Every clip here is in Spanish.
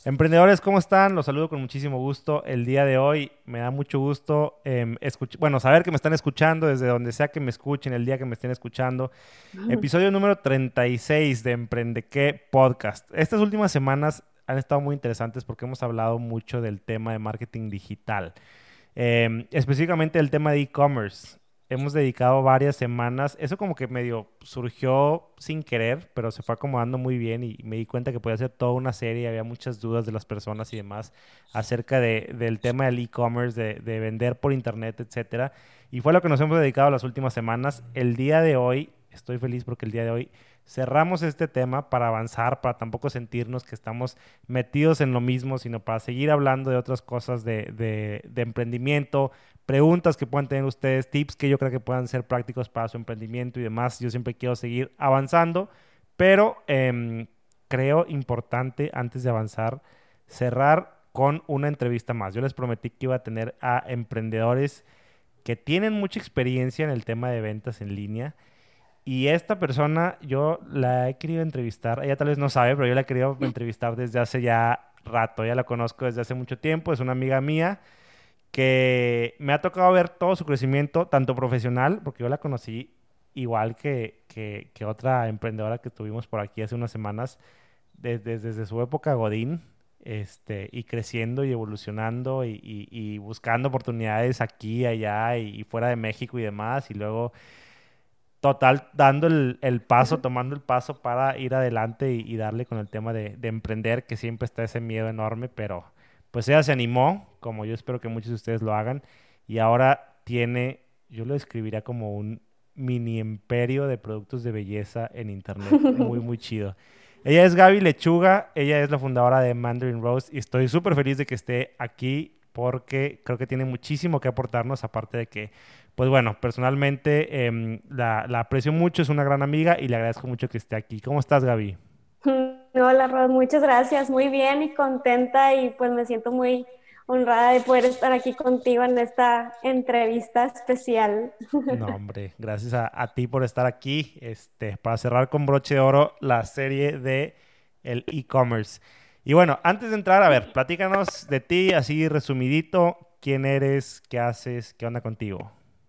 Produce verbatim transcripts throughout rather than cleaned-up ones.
Emprendedores, ¿cómo están? Los saludo con muchísimo gusto. El día de hoy me da mucho gusto em, escuch- bueno, saber que me están escuchando desde donde sea que me escuchen, el día que me estén escuchando. Episodio número treinta y seis de Emprende qué Podcast. Estas últimas semanas han estado muy interesantes porque hemos hablado mucho del tema de marketing digital. Eh, específicamente el tema de e-commerce. Hemos dedicado varias semanas. Eso como que medio surgió sin querer, pero se fue acomodando muy bien y me di cuenta que podía ser toda una serie. Había muchas dudas de las personas y demás acerca de, del tema del e-commerce, de, de vender por internet, etcétera. Y fue lo que nos hemos dedicado las últimas semanas. El día de hoy, estoy feliz porque el día de hoy cerramos este tema para avanzar, para tampoco sentirnos que estamos metidos en lo mismo, sino para seguir hablando de otras cosas de, de, de emprendimiento, preguntas que puedan tener ustedes, tips que yo creo que puedan ser prácticos para su emprendimiento y demás. Yo siempre quiero seguir avanzando, pero eh, creo importante antes de avanzar cerrar con una entrevista más. Yo les prometí que iba a tener a emprendedores que tienen mucha experiencia en el tema de ventas en línea y esta persona yo la he querido entrevistar, ella tal vez no sabe, pero yo la he querido entrevistar desde hace ya rato, ya la conozco desde hace mucho tiempo, es una amiga mía que me ha tocado ver todo su crecimiento, tanto profesional, porque yo la conocí igual que, que, que otra emprendedora que tuvimos por aquí hace unas semanas, desde, desde su época Godín, este, y creciendo y evolucionando y, y- y buscando oportunidades aquí, allá y, y fuera de México y demás, y luego total, dando el, el paso, tomando el paso para ir adelante y, y darle con el tema de, de emprender, que siempre está ese miedo enorme, pero pues ella se animó, como yo espero que muchos de ustedes lo hagan, y ahora tiene, yo lo describiría como un mini imperio de productos de belleza en internet, muy, muy chido. Ella es Gaby Lechuga, ella es la fundadora de Mandarin Rose y estoy súper feliz de que esté aquí porque creo que tiene muchísimo que aportarnos, aparte de que pues bueno, personalmente em, la, la aprecio mucho, es una gran amiga y le agradezco mucho que esté aquí. ¿Cómo estás, Gaby? Hola, Rod, muchas gracias. Muy bien y contenta y pues me siento muy honrada de poder estar aquí contigo en esta entrevista especial. No, hombre, gracias a, a ti por estar aquí, este, para cerrar con broche de oro la serie de el e-commerce. Y bueno, antes de entrar, a ver, platícanos de ti, así resumidito, quién eres, qué haces, qué onda contigo.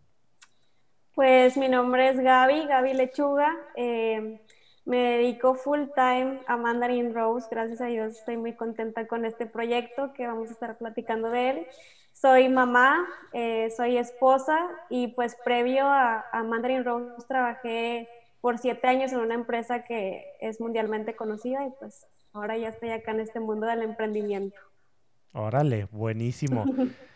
Pues mi nombre es Gaby, Gaby Lechuga. Eh, me dedico full time a Mandarin Rose. Gracias a Dios estoy muy contenta con este proyecto que vamos a estar platicando de él. Soy mamá, eh, soy esposa y pues previo a, a Mandarin Rose trabajé por siete años en una empresa que es mundialmente conocida y pues ahora ya estoy acá en este mundo del emprendimiento. Órale, buenísimo.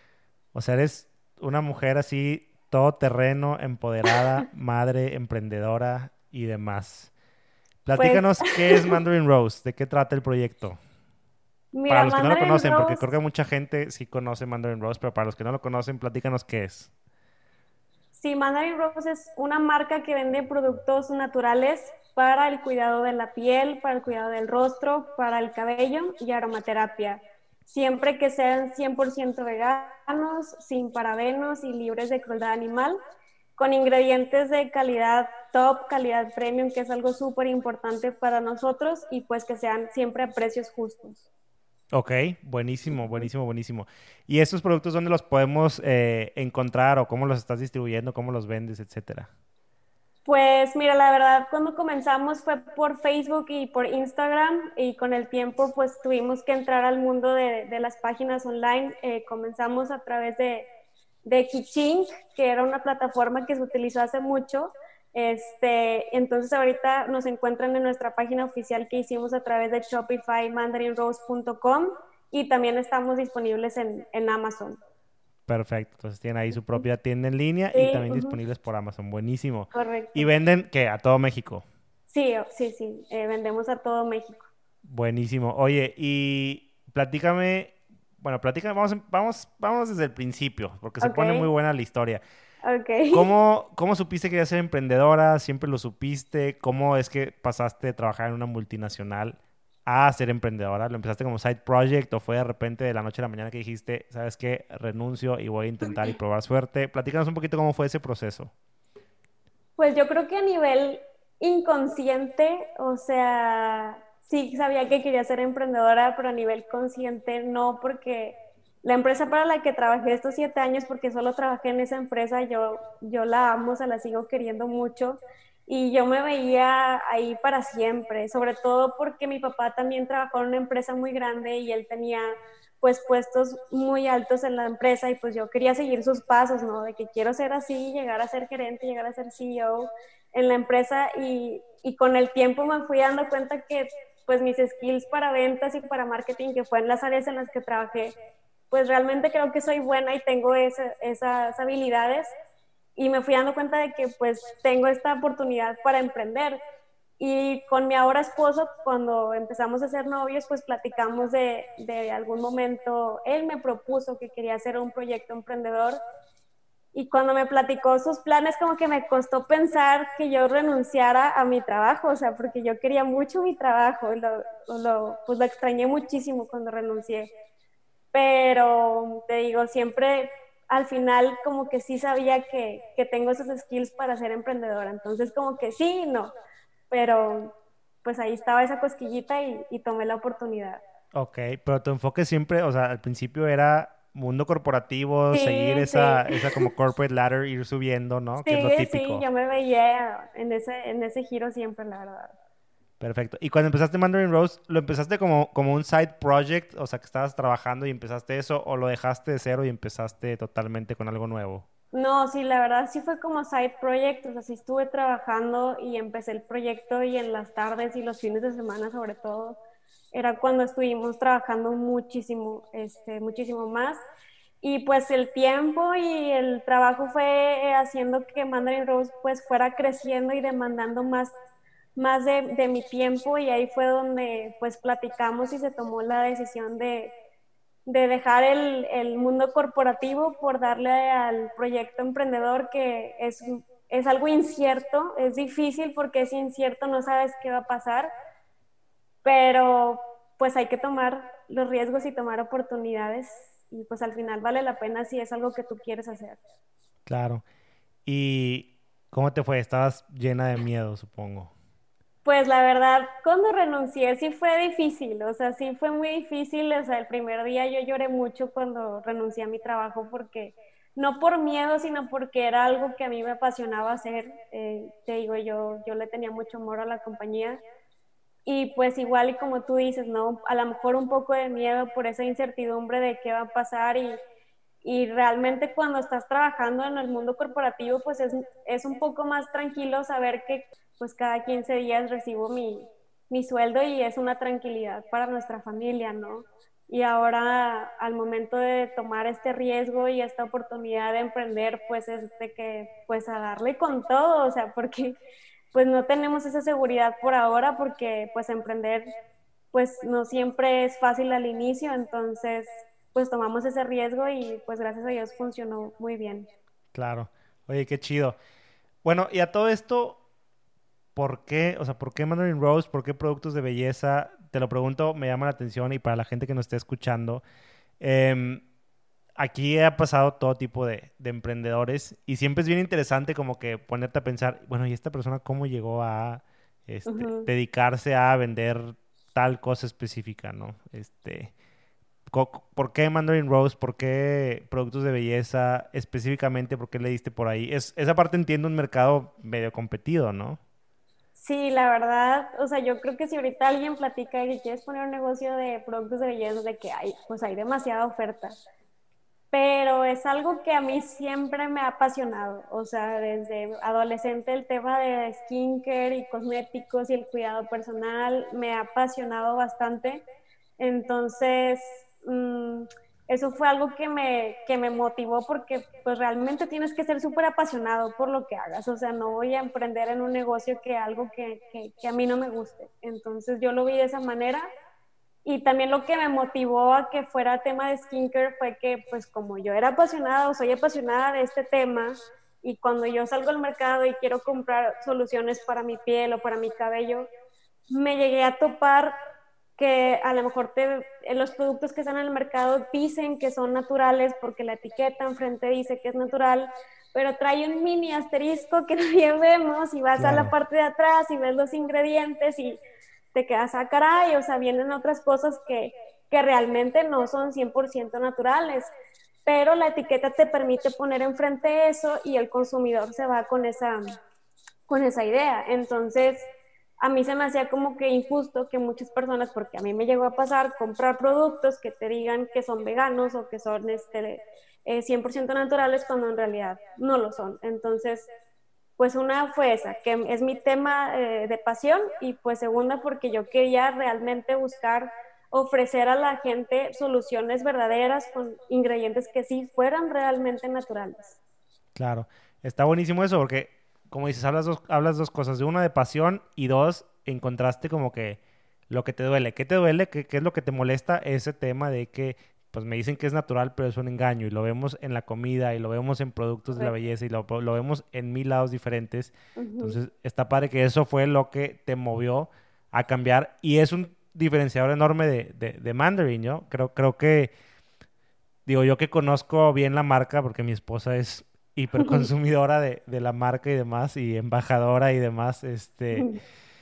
O sea, eres una mujer así, todoterreno, empoderada, madre, emprendedora y demás. Pues Platícanos qué es Mandarin Rose, de qué trata el proyecto. Para mira, los que no lo Mandarin conocen, porque Rose. creo que mucha gente sí conoce Mandarin Rose, pero para los que no lo conocen, platícanos qué es. Sí, Mandarin Rose es una marca que vende productos naturales para el cuidado de la piel, para el cuidado del rostro, para el cabello y aromaterapia. Siempre que sean cien por ciento veganos, sin parabenos y libres de crueldad animal, con ingredientes de calidad top, calidad premium, que es algo súper importante para nosotros y pues que sean siempre a precios justos. Ok, buenísimo, buenísimo, buenísimo. ¿Y estos productos dónde los podemos eh, encontrar o cómo los estás distribuyendo, cómo los vendes, etcétera? Pues mira, la verdad, cuando comenzamos fue por Facebook y por Instagram y con el tiempo pues tuvimos que entrar al mundo de, de las páginas online. Eh, comenzamos a través de, de Kichink, que era una plataforma que se utilizó hace mucho. Este, entonces ahorita nos encuentran en nuestra página oficial que hicimos a través de Shopify, mandarin rose punto com y también estamos disponibles en, en Amazon. Perfecto, entonces tienen ahí su propia tienda en línea y Sí, también ujú, disponibles por Amazon. Buenísimo. ¿Y correcto. venden qué? A todo México. Sí, sí, sí, eh, vendemos a todo México. Buenísimo. Oye, y platícame, bueno, platícame, vamos, vamos, vamos desde el principio, porque se Ok, pone muy buena la historia. ok. ¿Cómo, cómo supiste que ibas a ser emprendedora? ¿Siempre lo supiste? ¿Cómo es que pasaste de trabajar en una multinacional a ser emprendedora? ¿Lo empezaste como side project o fue de repente de la noche a la mañana que dijiste, sabes qué, renuncio y voy a intentar y probar suerte? Platícanos un poquito cómo fue ese proceso. Pues yo creo que a nivel inconsciente, o sea, sí sabía que quería ser emprendedora, pero a nivel consciente no, porque la empresa para la que trabajé estos siete años, porque solo trabajé en esa empresa, yo, yo la amo, o sea, la sigo queriendo mucho y yo me veía ahí para siempre, sobre todo porque mi papá también trabajó en una empresa muy grande y él tenía pues puestos muy altos en la empresa y pues yo quería seguir sus pasos, ¿no? De que quiero ser así, llegar a ser gerente, llegar a ser C E O en la empresa y, y con el tiempo me fui dando cuenta que pues mis skills para ventas y para marketing, que fue en las áreas en las que trabajé, pues realmente creo que soy buena y tengo esa, esas habilidades y me fui dando cuenta de que pues tengo esta oportunidad para emprender. Y con mi ahora esposo, cuando empezamos a ser novios, pues platicamos de, de algún momento, él me propuso que quería hacer un proyecto emprendedor y cuando me platicó sus planes, como que me costó pensar que yo renunciara a mi trabajo, o sea, porque yo quería mucho mi trabajo, lo, lo, pues lo extrañé muchísimo cuando renuncié. Pero te digo, siempre al final como que sí sabía que, que tengo esos skills para ser emprendedora, entonces como que sí y no, pero pues ahí estaba esa cosquillita y, y tomé la oportunidad. Ok, pero tu enfoque siempre, o sea, al principio era mundo corporativo, seguir Sí, sí. esa, esa como corporate ladder, ir subiendo, ¿no? Que es lo Sí, sí, típico. yo me veía en ese, en ese giro siempre, la verdad. Perfecto. Y cuando empezaste Mandarin Rose, ¿lo empezaste como, como un side project? O sea, que estabas trabajando y empezaste eso, o lo dejaste de cero y empezaste totalmente con algo nuevo. No, sí, la verdad sí fue como side project, o sea, sí estuve trabajando y empecé el proyecto y en las tardes y los fines de semana sobre todo, era cuando estuvimos trabajando muchísimo, este, muchísimo más. Y pues el tiempo y el trabajo fue eh, haciendo que Mandarin Rose pues fuera creciendo y demandando más, más de, de mi tiempo y ahí fue donde pues platicamos y se tomó la decisión de de dejar el, el, mundo corporativo por darle al proyecto emprendedor que es, es algo incierto, es difícil porque es incierto, no sabes qué va a pasar, pero pues hay que tomar los riesgos y tomar oportunidades y pues al final vale la pena si es algo que tú quieres hacer. Claro. ¿Y cómo te fue? Estabas llena de miedo, supongo. Pues la verdad, cuando renuncié sí fue difícil, o sea, sí fue muy difícil, o sea, el primer día yo lloré mucho cuando renuncié a mi trabajo porque, no por miedo, sino porque era algo que a mí me apasionaba hacer, eh, te digo, yo, yo le tenía mucho amor a la compañía y pues igual y como tú dices, ¿no? A lo mejor un poco de miedo por esa incertidumbre de qué va a pasar y, y realmente cuando estás trabajando en el mundo corporativo, pues es, es un poco más tranquilo saber que pues cada quince días recibo mi, mi sueldo y es una tranquilidad para nuestra familia, ¿no? Y ahora al momento de tomar este riesgo y esta oportunidad de emprender, pues es de que pues a darle con todo, o sea, porque pues no tenemos esa seguridad por ahora porque pues emprender pues no siempre es fácil al inicio, entonces pues tomamos ese riesgo y pues gracias a Dios funcionó muy bien. Claro. Oye, qué chido. Bueno, y a todo esto, ¿por qué? O sea, ¿por qué Mandarin Rose? ¿Por qué productos de belleza? Te lo pregunto, me llama la atención y para la gente que nos esté escuchando, em, aquí ha pasado todo tipo de, de emprendedores y siempre es bien interesante como que ponerte a pensar, bueno, ¿y esta persona cómo llegó a este, Ujú. dedicarse a vender tal cosa específica, ¿no? Este, co- ¿por qué Mandarin Rose? ¿Por qué productos de belleza específicamente? ¿Por qué le diste por ahí? Es, esa parte entiendo un mercado medio competido, ¿no? Sí, la verdad, o sea, yo creo que si ahorita alguien platica de que quieres poner un negocio de productos de belleza, de que hay, pues hay demasiada oferta, pero es algo que a mí siempre me ha apasionado, o sea, desde adolescente el tema de skincare y cosméticos y el cuidado personal me ha apasionado bastante, entonces mmm, eso fue algo que me, que me motivó porque pues realmente tienes que ser súper apasionado por lo que hagas, o sea, no voy a emprender en un negocio que algo que, que, que a mí no me guste, entonces yo lo vi de esa manera y también lo que me motivó a que fuera tema de skincare fue que, pues como yo era apasionada o soy apasionada de este tema, y cuando yo salgo al mercado y quiero comprar soluciones para mi piel o para mi cabello, me llegué a topar que a lo mejor te, los productos que están en el mercado dicen que son naturales porque la etiqueta enfrente dice que es natural, pero trae un mini asterisco que nadie vemos y vas a la Claro. parte de atrás y ves los ingredientes y te quedas, ah, caray, o sea, vienen otras cosas que, que realmente no son cien por ciento naturales, pero la etiqueta te permite poner enfrente eso y el consumidor se va con esa, con esa idea. Entonces, a mí se me hacía como que injusto que muchas personas, porque a mí me llegó a pasar, comprar productos que te digan que son veganos o que son este, eh, cien por ciento naturales cuando en realidad no lo son. Entonces, pues una fue esa, que es mi tema eh, de pasión, y pues segunda porque yo quería realmente buscar ofrecer a la gente soluciones verdaderas con ingredientes que sí fueran realmente naturales. Claro, está buenísimo eso porque, como dices, hablas dos, hablas dos cosas, de una de pasión y dos, encontraste como que lo que te duele. ¿Qué te duele? ¿Qué, qué es lo que te molesta? Ese tema de que, pues me dicen que es natural, pero es un engaño y lo vemos en la comida y lo vemos en productos de la Correcto. belleza y lo, lo vemos en mil lados diferentes. Ujú. Entonces, está padre que eso fue lo que te movió a cambiar y es un diferenciador enorme de, de, de Mandarin, ¿no? Creo, creo que digo, yo que conozco bien la marca, porque mi esposa es hiperconsumidora de, de la marca y demás, y embajadora y demás, este,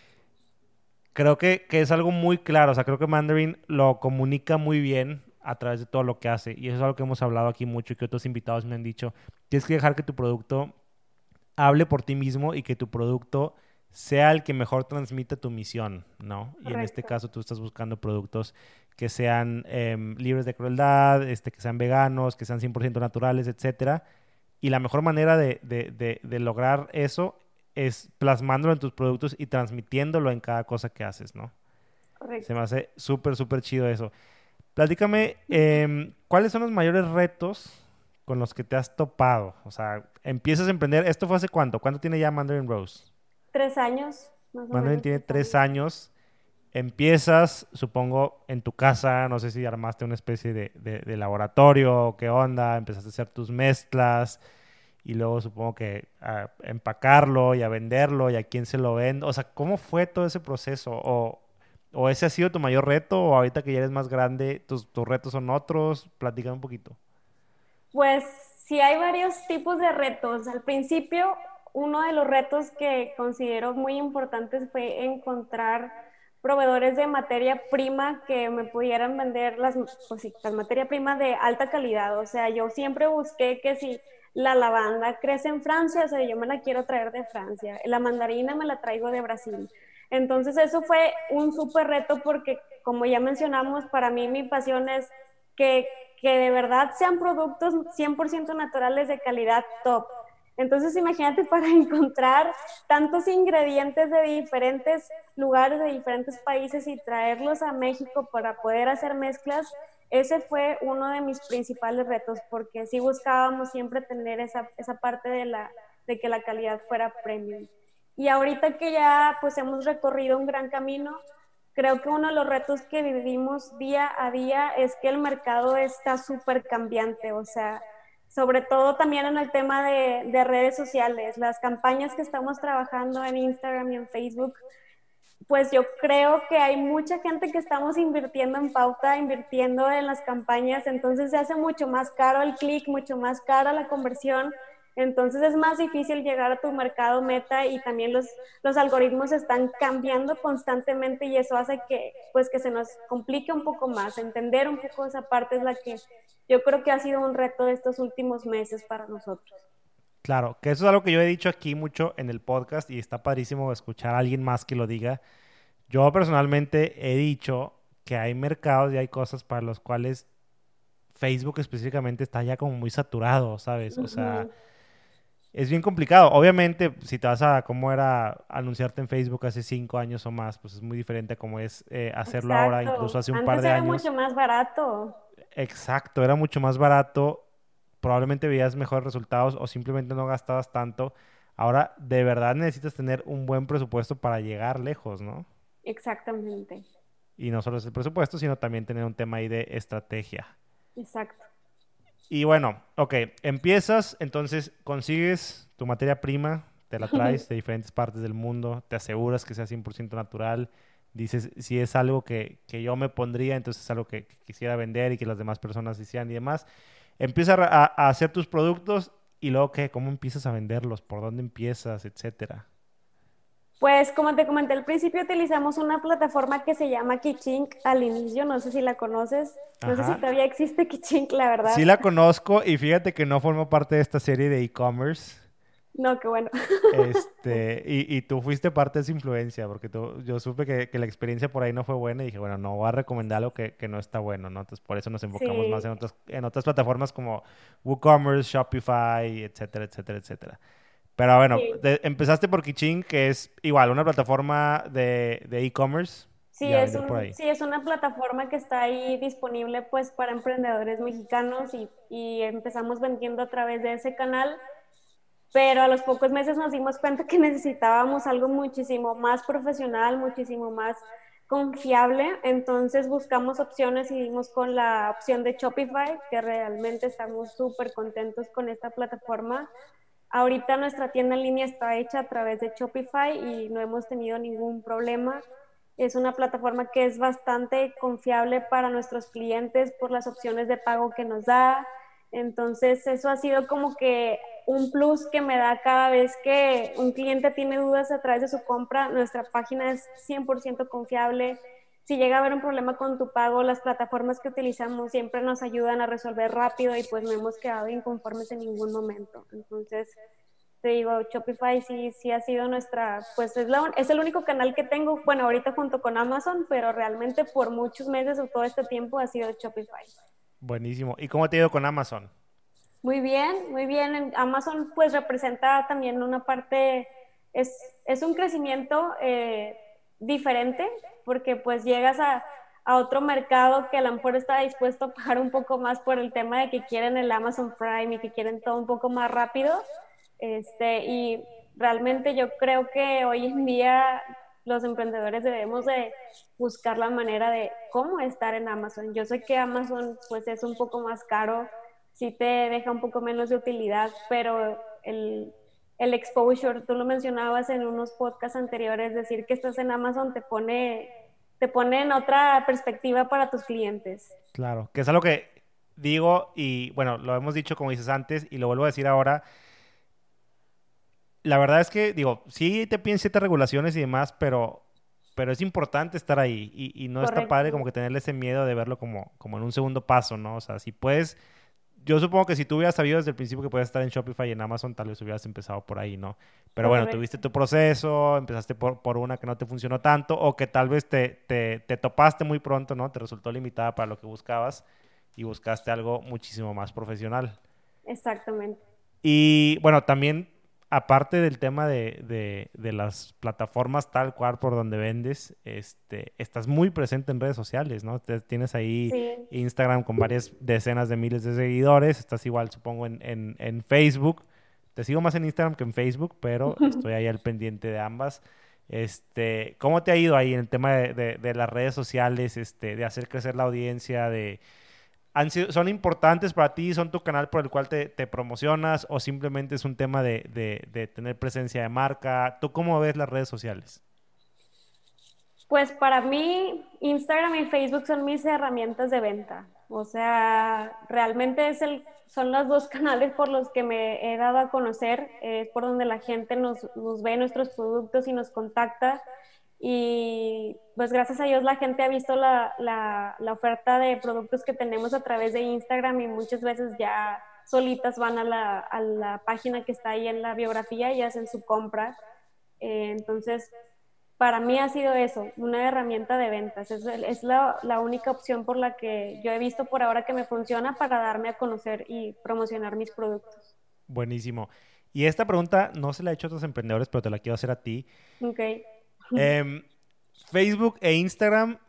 creo que, que es algo muy claro. O sea, creo que Mandarin lo comunica muy bien a través de todo lo que hace. Y eso es algo que hemos hablado aquí mucho y que otros invitados me han dicho. Tienes que dejar que tu producto hable por ti mismo y que tu producto sea el que mejor transmita tu misión, ¿no? Y en este Correcto. caso tú estás buscando productos que sean em, libres de crueldad, este, que sean veganos, que sean cien por ciento naturales, etcétera. Y la mejor manera de, de, de, de lograr eso es plasmándolo en tus productos y transmitiéndolo en cada cosa que haces, ¿no? Se Correcto. me hace súper, súper chido eso. Platícame, em, ¿cuáles son los mayores retos con los que te has topado? O sea, empiezas a emprender. ¿Esto fue hace cuánto? ¿Cuánto tiene ya Mandarin Rose? Tres años, más o Mandarin menos tiene tres tres años. años. Empiezas, supongo, en tu casa. No sé si armaste una especie de, de- de laboratorio. ¿Qué onda? Empezaste a hacer tus mezclas. Y luego supongo que a empacarlo y a venderlo y a quién se lo vende. O sea, ¿cómo fue todo ese proceso? O, o ese ha sido tu mayor reto, o ahorita que ya eres más grande, tus, tus retos son otros. Platícame un poquito. Pues sí hay varios tipos de retos. Al principio, uno de los retos que considero muy importantes fue encontrar proveedores de materia prima que me pudieran vender las, pues sí, las materia prima de alta calidad. O sea, yo siempre busqué que si la lavanda crece en Francia, o sea, yo me la quiero traer de Francia. La mandarina me la traigo de Brasil. Entonces eso fue un súper reto porque, como ya mencionamos, para mí mi pasión es que que de verdad sean productos cien por ciento naturales de calidad top. Entonces imagínate para encontrar tantos ingredientes de diferentes lugares, de diferentes países y traerlos a México para poder hacer mezclas, ese fue uno de mis principales retos, porque sí buscábamos siempre tener esa, esa parte de, la, de que la calidad fuera premium. Y ahorita que ya pues hemos recorrido un gran camino, creo que uno de los retos que vivimos día a día es que el mercado está súper cambiante, o sea, sobre todo también en el tema de, de, redes sociales, las campañas que estamos trabajando en Instagram y en Facebook, pues yo creo que hay mucha gente que estamos invirtiendo en pauta, invirtiendo en las campañas, entonces se hace mucho más caro el clic, mucho más cara la conversión, entonces es más difícil llegar a tu mercado meta y también los, los algoritmos están cambiando constantemente y eso hace que, pues, que se nos complique un poco más. Entender un poco esa parte es la que yo creo que ha sido un reto de estos últimos meses para nosotros. Claro, que eso es algo que yo he dicho aquí mucho en el podcast y está padrísimo escuchar a alguien más que lo diga. Yo personalmente he dicho que hay mercados y hay cosas para los cuales Facebook específicamente está ya como muy saturado, ¿sabes? O sea, Uh-huh. es bien complicado. Obviamente, si te vas a cómo era anunciarte en Facebook hace cinco años o más, pues es muy diferente a cómo es eh, hacerlo ahora, incluso Exacto. hace un par Antes de era mucho años. más barato. Exacto, era mucho más barato, probablemente veías mejores resultados o simplemente no gastabas tanto. Ahora, de verdad necesitas tener un buen presupuesto para llegar lejos, ¿no? Exactamente. Y no solo es el presupuesto, sino también tener un tema ahí de estrategia. Exacto. Y bueno, ok, empiezas, entonces consigues tu materia prima, te la traes de diferentes partes del mundo, te aseguras que sea cien por ciento natural, dices, si es algo que, que yo me pondría, entonces es algo que, que quisiera vender y que las demás personas hicieran y demás. Empiezas a, a hacer tus productos y luego, ¿qué? ¿Cómo empiezas a venderlos? ¿Por dónde empiezas? Etcétera. Pues como te comenté al principio, utilizamos una plataforma que se llama Kichink al inicio, no sé si la conoces, no sé si Ajá. todavía existe Kichink, la Sí verdad. la conozco y fíjate que no formo parte de esta serie de e-commerce. No, qué bueno. Este, y, y tú fuiste parte de esa influencia, porque tú- yo supe que, que la experiencia por ahí no fue buena y dije, bueno, no voy a recomendar algo que, que no está bueno, ¿no? Entonces, por eso nos enfocamos más Sí, en otras, en otras plataformas como WooCommerce, Shopify, etcétera, etcétera, etcétera. Pero bueno, sí. te- empezaste por Kiching, que es igual una plataforma de de e-commerce y Sí, a es vender por un, ahí. sí, es una plataforma que está ahí disponible pues para emprendedores mexicanos y, y empezamos vendiendo a través de ese canal, pero a los pocos meses nos dimos cuenta que necesitábamos algo muchísimo más profesional, muchísimo más confiable, entonces buscamos opciones y dimos con la opción de Shopify, que realmente estamos súper contentos con esta plataforma. Ahorita nuestra tienda en línea está hecha a través de Shopify y no hemos tenido ningún problema. Es una plataforma que es bastante confiable para nuestros clientes por las opciones de pago que nos da. Entonces, eso ha sido como que un plus que me da cada vez que un cliente tiene dudas a través de su compra. Nuestra página es cien por ciento confiable. Si llega a haber un problema con tu pago, las plataformas que utilizamos siempre nos ayudan a resolver rápido y pues no hemos quedado inconformes en ningún momento. Entonces, te digo, Shopify sí, sí ha sido nuestra, pues es, la, es el único canal que tengo, bueno, ahorita junto con Amazon, pero realmente por muchos meses o todo este tiempo ha sido Shopify. Buenísimo. ¿Y cómo te ha ido con Amazon? Muy bien, muy bien. Amazon pues representa también una parte, es, es un crecimiento eh, diferente porque pues llegas a, a otro mercado que a lo mejor está dispuesto a pagar un poco más por el tema de que quieren el Amazon Prime y que quieren todo un poco más rápido. Este, y realmente yo creo que hoy en día los emprendedores debemos de buscar la manera de cómo estar en Amazon. Yo sé que Amazon pues es un poco más caro, sí te deja un poco menos de utilidad, pero el, el exposure, tú lo mencionabas en unos podcasts anteriores, decir que estás en Amazon te pone, te pone en otra perspectiva para tus clientes. Claro, que es algo que digo y bueno, lo hemos dicho como dices antes y lo vuelvo a decir ahora. La verdad es que, digo, sí te piden ciertas regulaciones y demás, pero, pero es importante estar ahí y, y no está padre como Correcto. que tenerle ese miedo de verlo como, como en un segundo paso, ¿no? O sea, si puedes, yo supongo que si tú hubieras sabido desde el principio que puedes estar en Shopify y en Amazon, tal vez hubieras empezado por ahí, ¿no? Pero bueno, tuviste Correcto. tu proceso, empezaste por, por una que no te funcionó tanto o que tal vez te, te, te topaste muy pronto, ¿no? Te resultó limitada para lo que buscabas y buscaste algo muchísimo más profesional. Exactamente. Y bueno, también, aparte del tema de, de- de las plataformas tal cual por donde vendes, este, estás muy presente en redes sociales, ¿no? Te- tienes ahí Sí. Instagram con varias decenas de miles de seguidores, estás igual, supongo, en, en, en Facebook. Te sigo más en Instagram que en Facebook, pero estoy ahí al pendiente de ambas. Este, ¿cómo te ha ido ahí en el tema de, de- de las redes sociales, este, de hacer crecer la audiencia, de han sido, son importantes para ti, son tu canal por el cual te, te promocionas o simplemente es un tema de, de- de tener presencia de marca? ¿Tú cómo ves las redes sociales? Pues para mí, Instagram y Facebook son mis herramientas de venta. O sea, realmente es el, son los dos canales por los que me he dado a conocer, es por donde la gente nos, nos ve nuestros productos y nos contacta. Y pues gracias a Dios la gente ha visto la, la, la oferta de productos que tenemos a través de Instagram y muchas veces ya solitas van a la, a la página que está ahí en la biografía y hacen su compra. Eh, entonces, para mí ha sido eso, una herramienta de ventas. Es, es la, la, única opción por la que yo he visto por ahora que me funciona para darme a conocer y promocionar mis productos. Buenísimo. Y esta pregunta no se la he hecho a otros emprendedores, pero te la quiero hacer a ti. Ok. Em, Facebook e Instagram,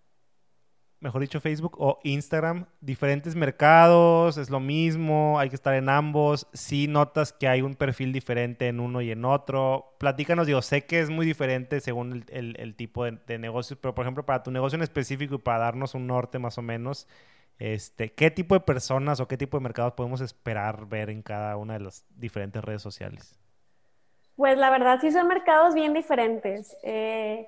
mejor dicho, Facebook o Instagram, diferentes mercados, es lo mismo, hay que estar en ambos. Si notas que hay un perfil diferente en uno y en otro, platícanos, digo, sé que es muy diferente según el, el- el tipo de, de negocios, pero por ejemplo, para tu negocio en específico y para darnos un norte más o menos, este, ¿qué tipo de personas o qué tipo de mercados podemos esperar ver en cada una de las diferentes redes sociales? Pues la verdad sí son mercados bien diferentes. Eh,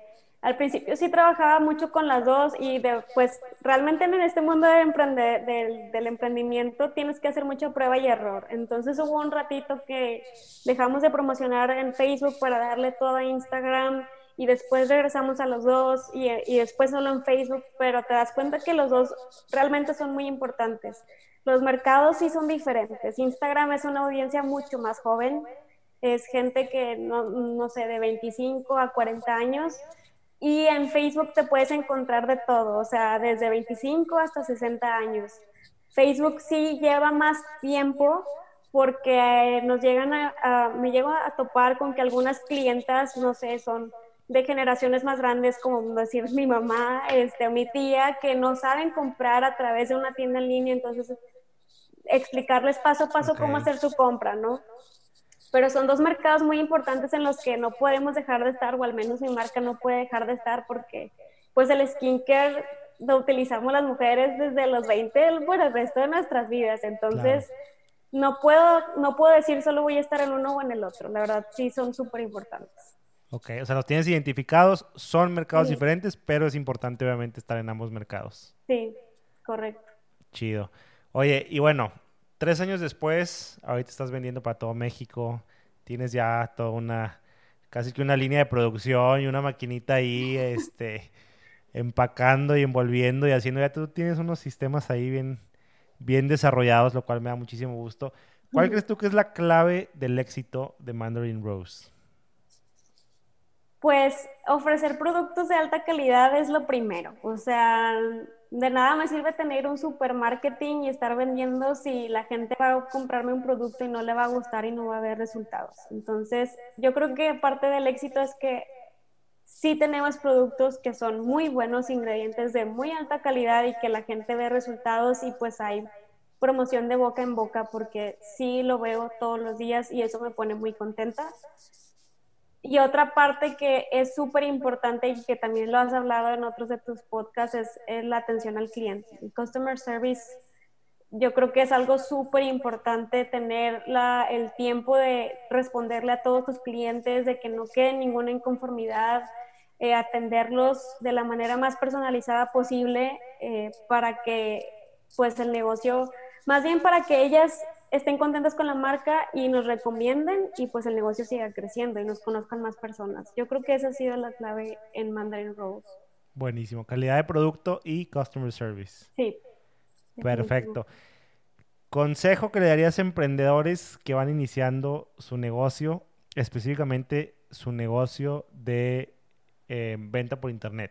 Al principio sí trabajaba mucho con las dos y de, pues realmente en este mundo de emprende- del, del emprendimiento tienes que hacer mucha prueba y error. Entonces hubo un ratito que dejamos de promocionar en Facebook para darle todo a Instagram y después regresamos a los dos y, y después solo en Facebook, pero te das cuenta que los dos realmente son muy importantes. Los mercados sí son diferentes. Instagram es una audiencia mucho más joven, es gente que no, no sé, de veinticinco a cuarenta años. Y en Facebook te puedes encontrar de todo, o sea, desde veinticinco hasta sesenta años. Facebook sí lleva más tiempo porque nos llegan a, a, me llego a topar con que algunas clientas, no sé, son de generaciones más grandes, como decir mi mamá, este, o mi tía, que no saben comprar a través de una tienda en línea, entonces explicarles paso a paso cómo Ok. hacer su compra, ¿no? Pero son dos mercados muy importantes en los que no podemos dejar de estar, o al menos mi marca no puede dejar de estar, porque pues el skincare lo utilizamos las mujeres desde los veinte por el resto de nuestras vidas, Claro. entonces no puedo, no puedo decir solo voy a estar en uno o en el otro, la verdad sí son súper importantes. Ok, o sea, los tienes identificados, son mercados Sí, diferentes, pero es importante obviamente estar en ambos mercados. sí, correcto. Chido. Oye, y bueno, tres años después, ahorita estás vendiendo para todo México, tienes ya toda una, casi que una línea de producción y una maquinita ahí, este, empacando y envolviendo y haciendo, ya tú tienes unos sistemas ahí bien, bien desarrollados, lo cual me da muchísimo gusto. ¿Cuál crees tú que es la clave del éxito de Mandarin Rose? Pues ofrecer productos de alta calidad es lo primero. O sea, de nada me sirve tener un super marketing y estar vendiendo si la gente va a comprarme un producto y no le va a gustar y no va a ver resultados. Entonces, yo creo que parte del éxito es que sí tenemos productos que son muy buenos, ingredientes de muy alta calidad y que la gente ve resultados y pues hay promoción de boca en boca porque sí lo veo todos los días y eso me pone muy contenta. Y otra parte que es súper importante y que también lo has hablado en otros de tus podcasts es, es la atención al cliente. El customer service, yo creo que es algo súper importante tener la, el tiempo de responderle a todos tus clientes, de que no quede ninguna inconformidad, eh, atenderlos de la manera más personalizada posible eh, para que pues el negocio, más bien para que ellas estén contentas con la marca y nos recomienden y pues el negocio siga creciendo y nos conozcan más personas. Yo creo que esa ha sido la clave en Mandarin Rose. Buenísimo, calidad de producto y customer service. Sí, definitivo. Perfecto. Consejo que le darías a emprendedores que van iniciando su negocio, específicamente su negocio de eh, venta por internet.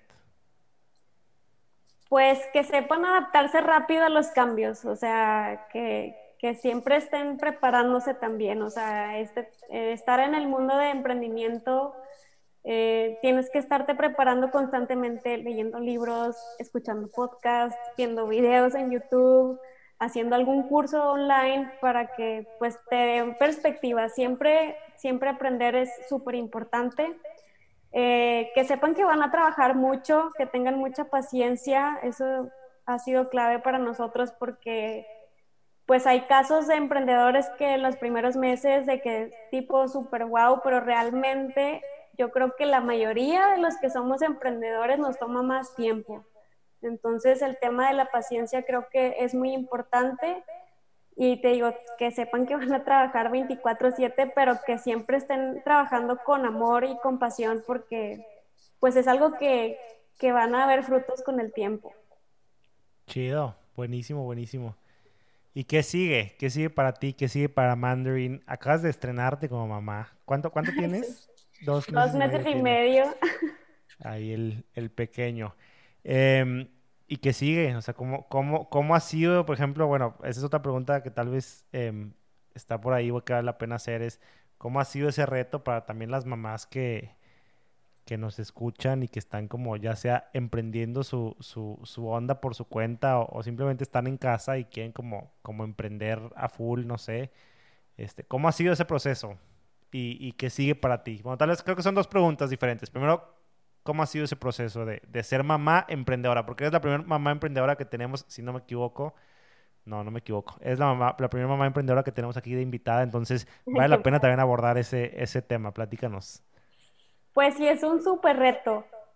Pues que sepan adaptarse rápido a los cambios, o sea, que, que siempre estén preparándose también, o sea, este, eh, estar en el mundo de emprendimiento, eh, tienes que estarte preparando constantemente, leyendo libros, escuchando podcasts, viendo videos en YouTube, haciendo algún curso online para que pues te den perspectiva. Siempre, siempre aprender es súper importante. Eh, que sepan que van a trabajar mucho, que tengan mucha paciencia, eso ha sido clave para nosotros porque pues hay casos de emprendedores que en los primeros meses de que tipo super wow, pero realmente yo creo que la mayoría de los que somos emprendedores nos toma más tiempo. Entonces el tema de la paciencia creo que es muy importante y te digo que sepan que van a trabajar veinticuatro siete, pero que siempre estén trabajando con amor y con pasión porque pues es algo que, que van a ver frutos con el tiempo. Chido, buenísimo, buenísimo. ¿Y qué sigue? ¿Qué sigue para ti? ¿Qué sigue para Mandarin? Acabas de estrenarte como mamá. ¿Cuánto, cuánto Sí. tienes? Dos Dos meses y medio meses y tiene. medio. Ahí el, el pequeño. Em, ¿y qué sigue? O sea, ¿cómo, cómo, cómo ha sido, por ejemplo, bueno, esa es otra pregunta que tal vez em, está por ahí o que vale la pena hacer, es ¿cómo ha sido ese reto para también las mamás que, que nos escuchan y que están como ya sea emprendiendo su, su, su onda por su cuenta o, o simplemente están en casa y quieren como, como emprender a full, no sé? Este, ¿cómo ha sido ese proceso? ¿Y, y qué sigue para ti? Bueno, tal vez creo que son dos preguntas diferentes. Primero, ¿cómo ha sido ese proceso de, de ser mamá emprendedora? Porque eres la primera mamá emprendedora que tenemos, si no me equivoco. No, no me equivoco. Es la mamá, la primera mamá emprendedora que tenemos aquí de invitada, entonces vale Qué la pena padre. también abordar ese, ese tema. Platícanos. Pues sí, es un súper reto.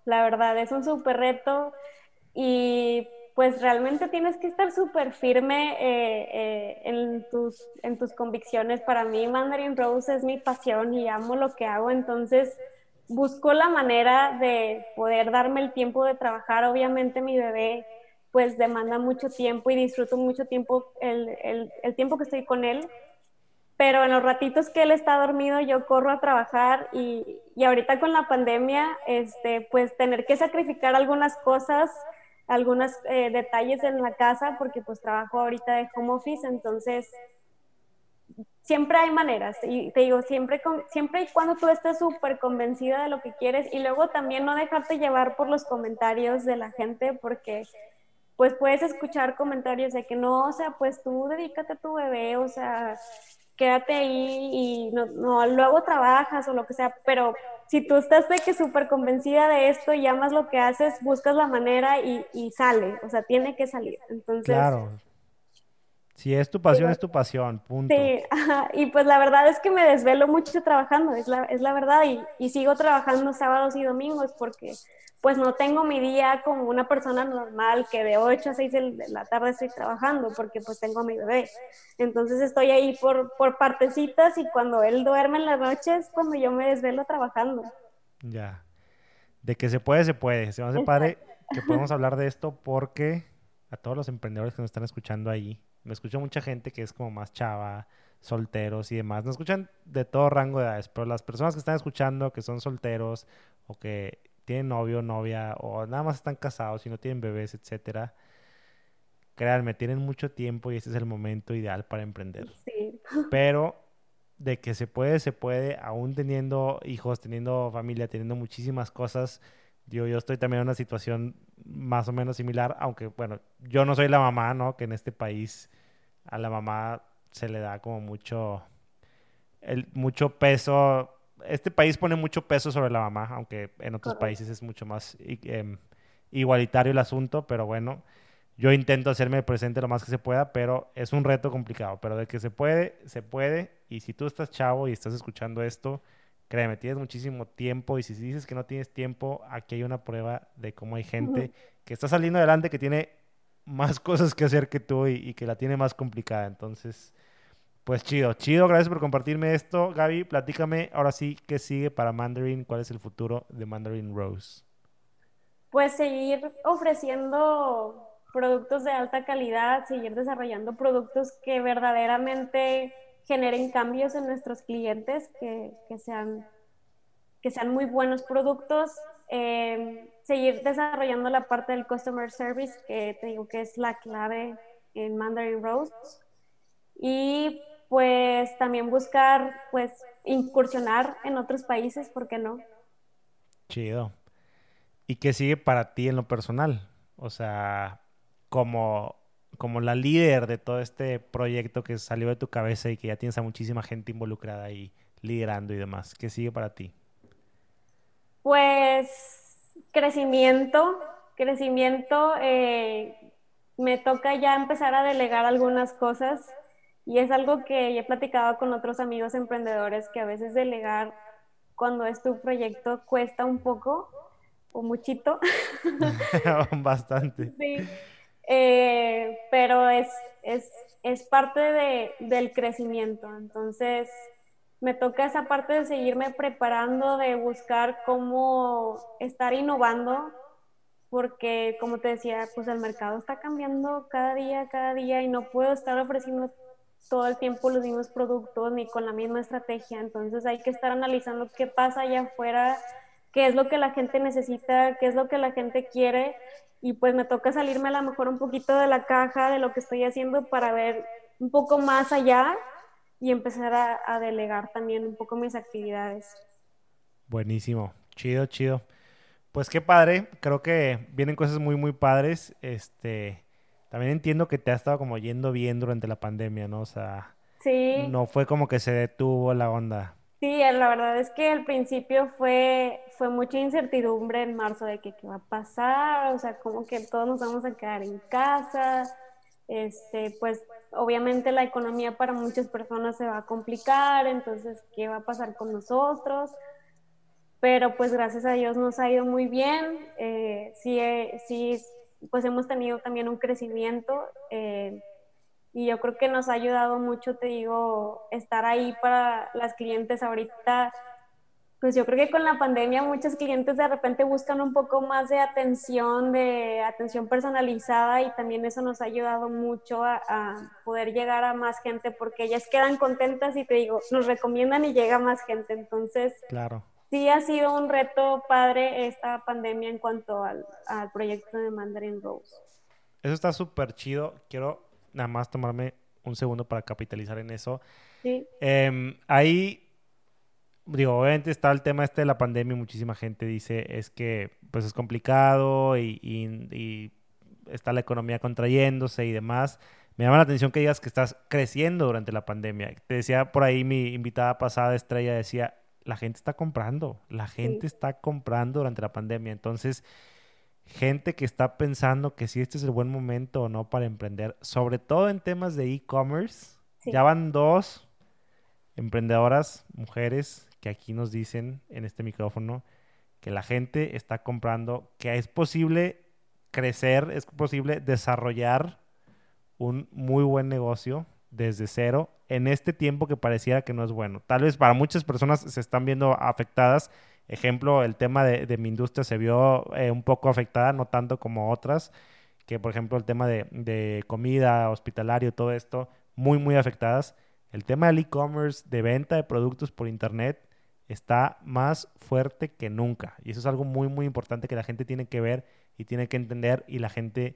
la verdad, es un súper reto y pues realmente tienes que estar súper firme eh, eh, en tus, en tus convicciones. Para mí Mandarin Rose es mi pasión y amo lo que hago, entonces busco la manera de poder darme el tiempo de trabajar. Obviamente mi bebé pues demanda mucho tiempo y disfruto mucho tiempo el, el, el tiempo que estoy con él, pero en los ratitos que él está dormido yo corro a trabajar y, y ahorita con la pandemia, este, pues tener que sacrificar algunas cosas, algunos eh, detalles en la casa, porque pues trabajo ahorita de home office, entonces siempre hay maneras, y te digo, siempre, con, siempre y cuando tú estés súper convencida de lo que quieres, y luego también no dejarte llevar por los comentarios de la gente, porque pues puedes escuchar comentarios de que no, o sea, pues tú dedícate a tu bebé, o sea, quédate ahí y no, no, luego trabajas o lo que sea, pero si tú estás de que súper convencida de esto y amas lo que haces, buscas la manera y, y sale, o sea, tiene que salir. Entonces, Claro, si es tu pasión, digo, es tu pasión, punto. sí, ajá, y pues la verdad es que me desvelo mucho trabajando, es la, es la verdad, y, y sigo trabajando sábados y domingos porque pues no tengo mi día como una persona normal que de ocho a seis de la tarde estoy trabajando porque pues tengo a mi bebé. Entonces estoy ahí por, por partecitas y cuando él duerme en las noches, cuando yo me desvelo trabajando. Ya. De que se puede, se puede. Se me hace padre Exacto. que podemos hablar de esto porque a todos los emprendedores que nos están escuchando ahí, me escucha mucha gente que es como más chava, solteros y demás. Nos escuchan de todo rango de edades, pero las personas que están escuchando, que son solteros o que tienen novio, novia o nada más están casados y no tienen bebés, etcétera, créanme, tienen mucho tiempo y este es el momento ideal para emprender. Sí. Pero de que se puede, se puede, aún teniendo hijos, teniendo familia, teniendo muchísimas cosas. Yo, yo estoy también en una situación más o menos similar, aunque bueno, yo no soy la mamá, ¿no? Que en este país a la mamá se le da como mucho, el, mucho peso. Este país pone mucho peso sobre la mamá, aunque en otros Correcto. países es mucho más i- em, igualitario el asunto, pero bueno, yo intento hacerme presente lo más que se pueda, pero es un reto complicado. Pero de que se puede, se puede. Y si tú estás chavo y estás escuchando esto, créeme, tienes muchísimo tiempo. Y si dices que no tienes tiempo, aquí hay una prueba de cómo hay gente que está saliendo adelante, que tiene más cosas que hacer que tú y, y que la tiene más complicada. Entonces, pues chido, chido. Gracias por compartirme esto. Gaby, platícame ahora sí qué sigue para Mandarin, cuál es el futuro de Mandarin Rose. Pues seguir ofreciendo productos de alta calidad, seguir desarrollando productos que verdaderamente generen cambios en nuestros clientes, que, que sean, que sean muy buenos productos, eh, seguir desarrollando la parte del customer service, que te digo que es la clave en Mandarin Rose, y pues también buscar pues incursionar en otros países, ¿por qué no? Chido. ¿Y qué sigue para ti en lo personal? O sea, como, como la líder de todo este proyecto que salió de tu cabeza y que ya tienes a muchísima gente involucrada ahí liderando y demás. ¿Qué sigue para ti? Pues crecimiento, crecimiento, eh, me toca ya empezar a delegar algunas cosas y es algo que he platicado con otros amigos emprendedores que a veces delegar cuando es tu proyecto cuesta un poco o muchito. Bastante. Sí, eh, pero es, es, es parte de, del crecimiento. Entonces, me toca esa parte de seguirme preparando, de buscar cómo estar innovando, porque como te decía, pues el mercado está cambiando cada día, cada día y no puedo estar ofreciendo todo el tiempo los mismos productos ni con la misma estrategia. Entonces, hay que estar analizando qué pasa allá afuera, qué es lo que la gente necesita, qué es lo que la gente quiere y pues me toca salirme a lo mejor un poquito de la caja de lo que estoy haciendo para ver un poco más allá y empezar a, a delegar también un poco mis actividades. Buenísimo. Chido, chido. Pues qué padre. Creo que vienen cosas muy, muy padres. Este, también entiendo que te ha estado como yendo bien durante la pandemia, ¿no? O sea, Sí, no fue como que se detuvo la onda. sí, la verdad es que al principio fue, fue mucha incertidumbre en marzo de que qué va a pasar, o sea, como que todos nos vamos a quedar en casa, este, pues obviamente la economía para muchas personas se va a complicar, entonces, ¿qué va a pasar con nosotros? pero pues gracias a Dios nos ha ido muy bien. Eh, sí, eh, sí, pues hemos tenido también un crecimiento. Eh, y yo creo que nos ha ayudado mucho, te digo, estar ahí para las clientes ahorita. Pues yo creo que con la pandemia muchos clientes de repente buscan un poco más de atención, de atención personalizada, y también eso nos ha ayudado mucho a, a poder llegar a más gente, porque ellas quedan contentas y te digo, nos recomiendan y llega más gente. Entonces, Claro. sí ha sido un reto padre esta pandemia en cuanto al, al proyecto de Mandarin Rose. Eso está súper chido. Quiero nada más tomarme un segundo para capitalizar en eso. Sí, Em, ahí, digo, obviamente está el tema este de la pandemia y muchísima gente dice es que pues es complicado y, y- y está la economía contrayéndose y demás. Me llama la atención que digas que estás creciendo durante la pandemia. Te decía por ahí mi invitada pasada, Estrella, decía, la gente está comprando, la sí, gente está comprando durante la pandemia. Entonces, gente que está pensando que si este es el buen momento o no para emprender, sobre todo en temas de e-commerce, ya sí. van dos emprendedoras, mujeres, que aquí nos dicen en este micrófono que la gente está comprando, que es posible crecer, es posible desarrollar un muy buen negocio desde cero en este tiempo que pareciera que no es bueno. Tal vez para muchas personas se están viendo afectadas. Ejemplo, el tema de, de mi industria se vio eh, un poco afectada, no tanto como otras, que por ejemplo el tema de, de comida, hospitalario, todo esto, muy, muy afectadas. El tema del e-commerce, de venta de productos por internet, está más fuerte que nunca. Y eso es algo muy, muy importante que la gente tiene que ver y tiene que entender, y la gente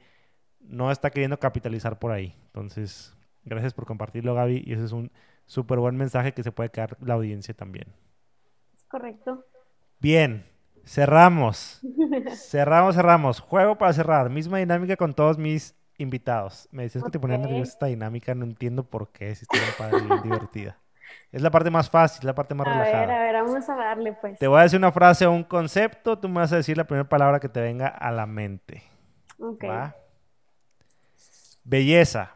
no está queriendo capitalizar por ahí. Entonces, gracias por compartirlo, Gaby. Y ese es un súper buen mensaje que se puede quedar la audiencia también. Es correcto. Bien, cerramos. Cerramos, cerramos. Juego para cerrar. Misma dinámica con todos mis invitados. Me decías que te ponía nerviosa Ok. esta dinámica. No entiendo por qué, si está bien padre y bien divertida. Es la parte más fácil, la parte más A ver, relajada. a ver, vamos a darle Te pues. voy a decir una frase o un concepto. Tú me vas a decir la primera palabra que te venga a la mente. Ok. ¿Va? Belleza.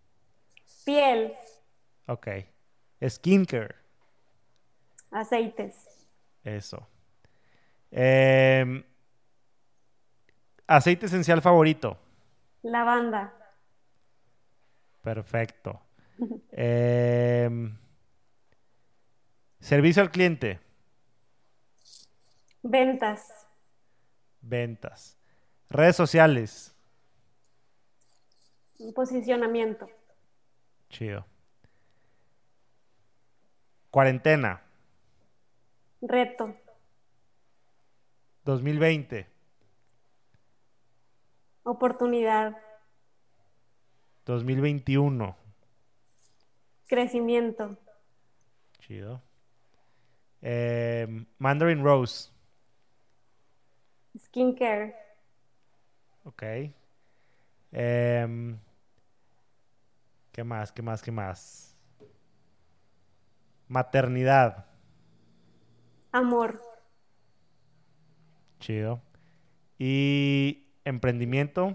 Piel, Ok. Skincare. aceites, Eso. Em, aceite esencial favorito. lavanda, Perfecto. Em, servicio al cliente. ventas, Ventas. Redes sociales. posicionamiento, Chido. Cuarentena. reto, dos mil veinte. oportunidad, dos mil veintiuno. crecimiento, Chido. Em, Mandarin Rose. skincare, Ok. Em, ¿qué más? ¿Qué más? ¿Qué más? Maternidad. amor, Chido. Y emprendimiento.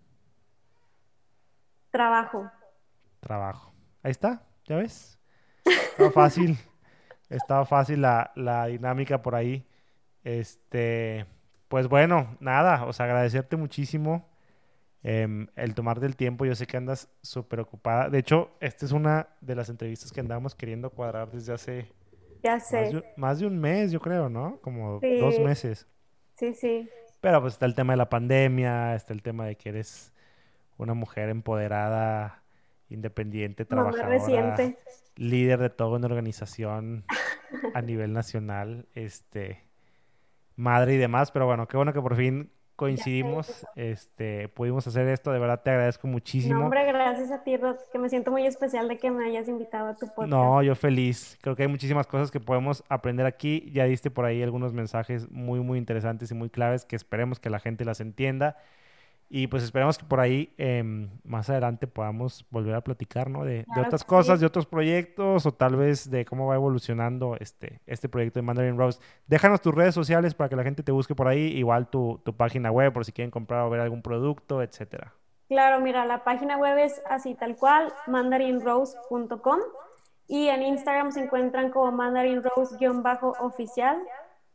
trabajo. Trabajo. Ahí está, ¿ya ves? Estaba fácil, estaba fácil la, la dinámica por ahí. Este, pues bueno, nada, o sea, agradecerte muchísimo em, el tomarte el tiempo. Yo sé que andas súper ocupada. De hecho, esta es una de las entrevistas que andábamos queriendo cuadrar desde hace Ya más sé. de, un- más de un mes, yo creo, ¿no? Como dos Sí, meses. sí, sí. Pero pues está el tema de la pandemia, está el tema de que eres una mujer empoderada, independiente, Mamá trabajadora, reciente. líder de toda una organización a nivel nacional, este, madre y demás, pero bueno, qué bueno que por fin Ya sé. coincidimos, este, pudimos hacer esto, de verdad te agradezco No, muchísimo. hombre, gracias a ti, Rod, que me siento muy especial de que me hayas invitado a tu podcast. No, yo feliz. Creo que hay muchísimas cosas que podemos aprender aquí. Ya diste por ahí algunos mensajes muy, muy interesantes y muy claves que esperemos que la gente las entienda. Y pues esperemos que por ahí em, más adelante podamos volver a platicar, ¿no? De, de Claro otras que cosas, sí. de otros proyectos o tal vez de cómo va evolucionando este, este proyecto de Mandarin Rose. Déjanos tus redes sociales para que la gente te busque por ahí, igual tu, tu página web por si quieren comprar o ver algún producto, etcétera. Claro, mira, la página web es así tal cual, mandarinrose punto com, y en Instagram se encuentran como mandarinrose-oficial.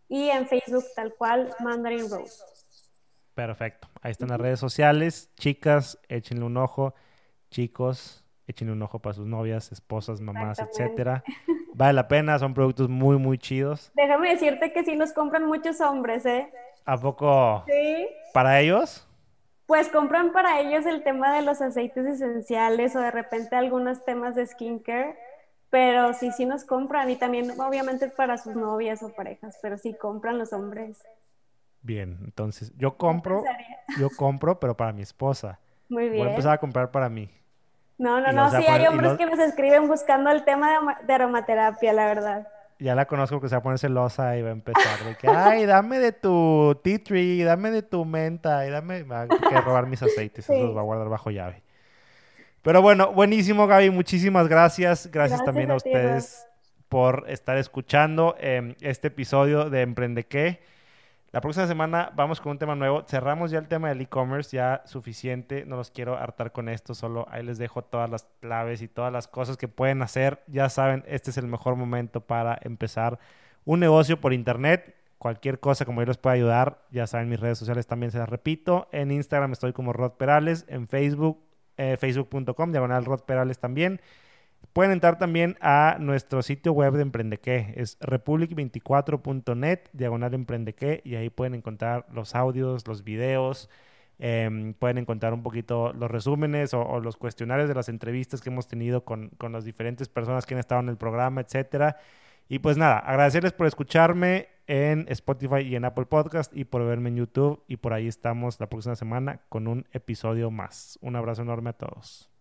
y en Facebook tal cual, Mandarin Rose. Perfecto. Ahí están las redes sociales. Chicas, échenle un ojo. Chicos, échenle un ojo para sus novias, esposas, mamás, Exactamente. etcétera. Vale la pena, son productos muy, muy chidos. Déjame decirte que sí los compran muchos hombres, ¿eh? ¿A poco Sí. para ellos? Pues compran para ellos el tema de los aceites esenciales o de repente algunos temas de skincare, pero sí, sí nos compran y también obviamente para sus novias o parejas, pero sí compran los hombres. Bien, entonces yo No compro, pensaría. yo compro, pero para mi esposa. Muy Voy a empezar bien. a comprar para mí. No, no, Y los no, voy a sí hay poner, y hombres los, que nos escriben buscando el tema de, ama- de aromaterapia, la verdad. ya la conozco que se va a poner celosa y va a empezar de que, ay, dame de tu tea tree, dame de tu menta, y dame, va a querer robar mis aceites, eso los va Sí, a guardar bajo llave. Pero bueno, buenísimo, Gaby, muchísimas gracias. Gracias gracias también a a ti, Rod. ustedes por estar escuchando em, este episodio de Emprende qué. La próxima semana vamos con un tema nuevo. Cerramos ya el tema del e-commerce, ya suficiente. No los quiero hartar con esto, solo ahí les dejo todas las claves y todas las cosas que pueden hacer. Ya saben, este es el mejor momento para empezar un negocio por internet. Cualquier cosa como yo les pueda ayudar, ya saben, mis redes sociales también se las repito. En Instagram estoy como Rod Perales, en Facebook, eh, facebook punto com, diagonal Rod Perales también. Pueden entrar también a nuestro sitio web de Emprendequé, es republic veinticuatro punto net, diagonal Emprendequé, y ahí pueden encontrar los audios, los videos, em, pueden encontrar un poquito los resúmenes o, o los cuestionarios de las entrevistas que hemos tenido con, con las diferentes personas que han estado en el programa, etcétera. Y pues nada, agradecerles por escucharme en Spotify y en Apple Podcast y por verme en YouTube, y por ahí estamos la próxima semana con un episodio más. Un abrazo enorme a todos.